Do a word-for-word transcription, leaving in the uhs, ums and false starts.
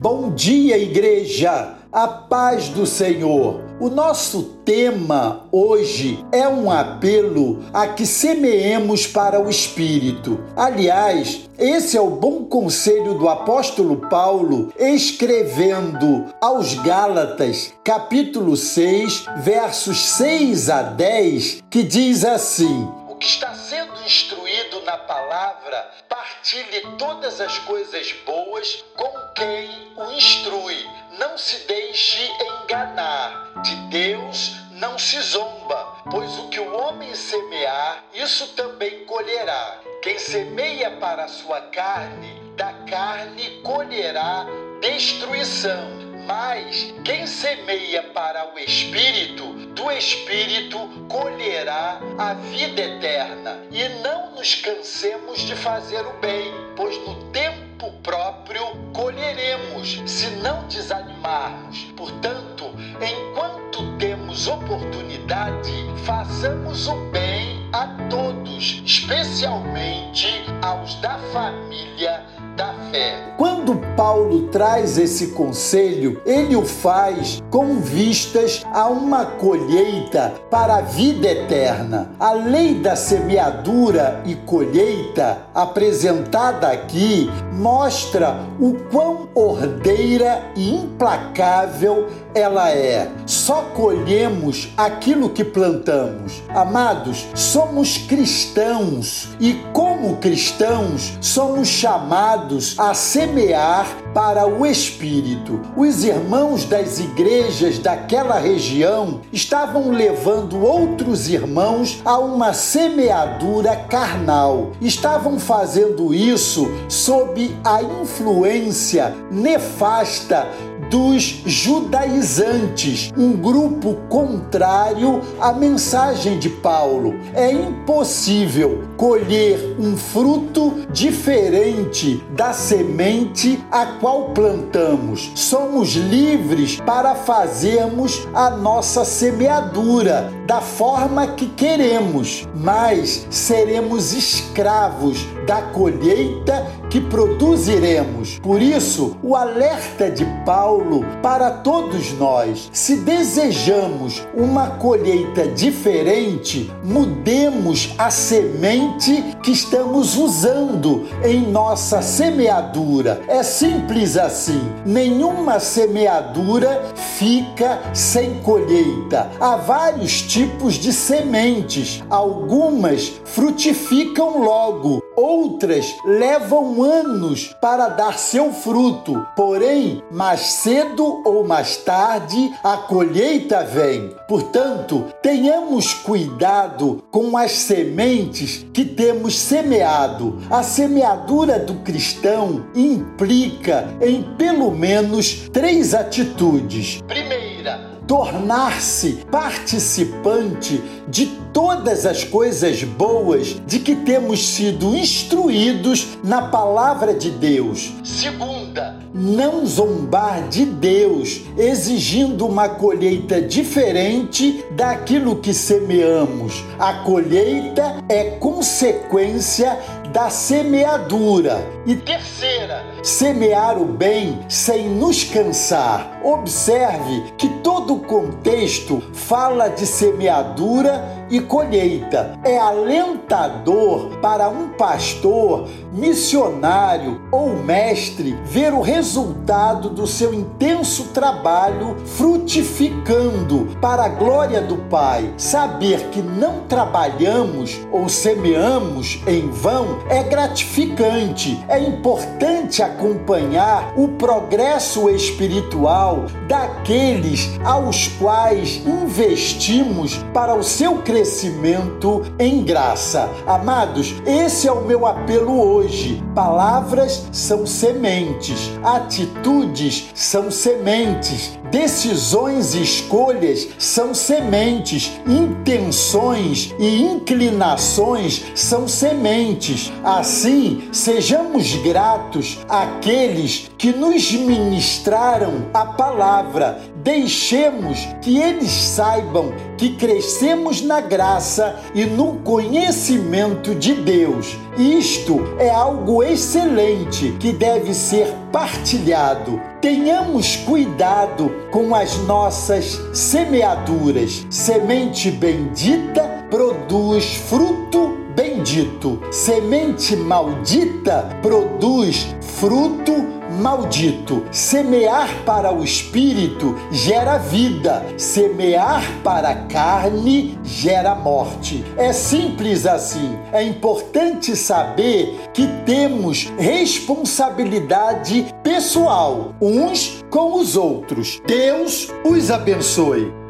Bom dia, igreja! A paz do Senhor! O nosso tema hoje é um apelo a que semeemos para o Espírito. Aliás, esse é o bom conselho do apóstolo Paulo escrevendo aos Gálatas, capítulo seis, versos seis a dez, que diz assim: o que está sendo instruído na palavra, partilhe todas as coisas boas com quem o instrui. Não se deixe enganar. De Deus não se zomba, pois o que o homem semear, isso também colherá. Quem semeia para a sua carne, da carne colherá destruição. Mas quem semeia para o Espírito, do Espírito colherá a vida eterna. E não nos cansemos de fazer o bem, pois no tempo próprio colheremos, se não desanimarmos. Portanto, enquanto temos oportunidade, façamos o bem a todos, especialmente aos da família da fé. Quando Paulo traz esse conselho, ele o faz com vistas a uma colheita para a vida eterna. A lei da semeadura e colheita apresentada aqui mostra o quão ordeira e implacável ela é. Só colhemos aquilo que plantamos. Amados, somos cristãos e, como cristãos, somos chamados a semear para o Espírito. Os irmãos das igrejas daquela região estavam levando outros irmãos a uma semeadura carnal. Estavam fazendo isso sob a influência nefasta dos judaizantes, um grupo contrário à mensagem de Paulo. É impossível colher um fruto diferente da semente a qual plantamos. Somos livres para fazermos a nossa semeadura da forma que queremos, mas seremos escravos da colheita que produziremos. Por isso, o alerta de Paulo para todos nós: se desejamos uma colheita diferente, mudemos a semente que estamos usando em nossa semeadura. É simples assim. Nenhuma semeadura fica sem colheita. Há vários tipos de sementes. Algumas frutificam logo, outras levam anos para dar seu fruto. Porém, mais cedo ou mais tarde, a colheita vem. Portanto, tenhamos cuidado com as sementes que temos semeado. A semeadura do cristão implica em pelo menos três atitudes. Primeira, tornar-se participante de todas as coisas boas de que temos sido instruídos na palavra de Deus. Segunda, não zombar de Deus, exigindo uma colheita diferente daquilo que semeamos. A colheita é consequência da semeadura. E terceira, semear o bem sem nos cansar. Observe que todo o contexto fala de semeadura e colheita. É alentador para um pastor, missionário ou mestre ver o resultado do seu intenso trabalho frutificando para a glória do Pai. Saber que não trabalhamos ou semeamos em vão é gratificante. É importante acompanhar o progresso espiritual daqueles aos quais investimos para o seu crescimento em graça. Amados, esse é o meu apelo hoje. Palavras são sementes, atitudes são sementes, decisões e escolhas são sementes, intenções e inclinações são sementes. Assim, sejamos gratos àqueles que nos ministraram a palavra. Deixemos que eles saibam que crescemos na graça e no conhecimento de Deus. Isto é algo excelente que deve ser partilhado. Tenhamos cuidado com as nossas semeaduras. Semente bendita produz fruto bendito. Semente maldita produz fruto maldito. Semear para o espírito gera vida. Semear para a carne gera morte. É simples assim. É importante saber que temos responsabilidade pessoal uns com os outros. Deus os abençoe.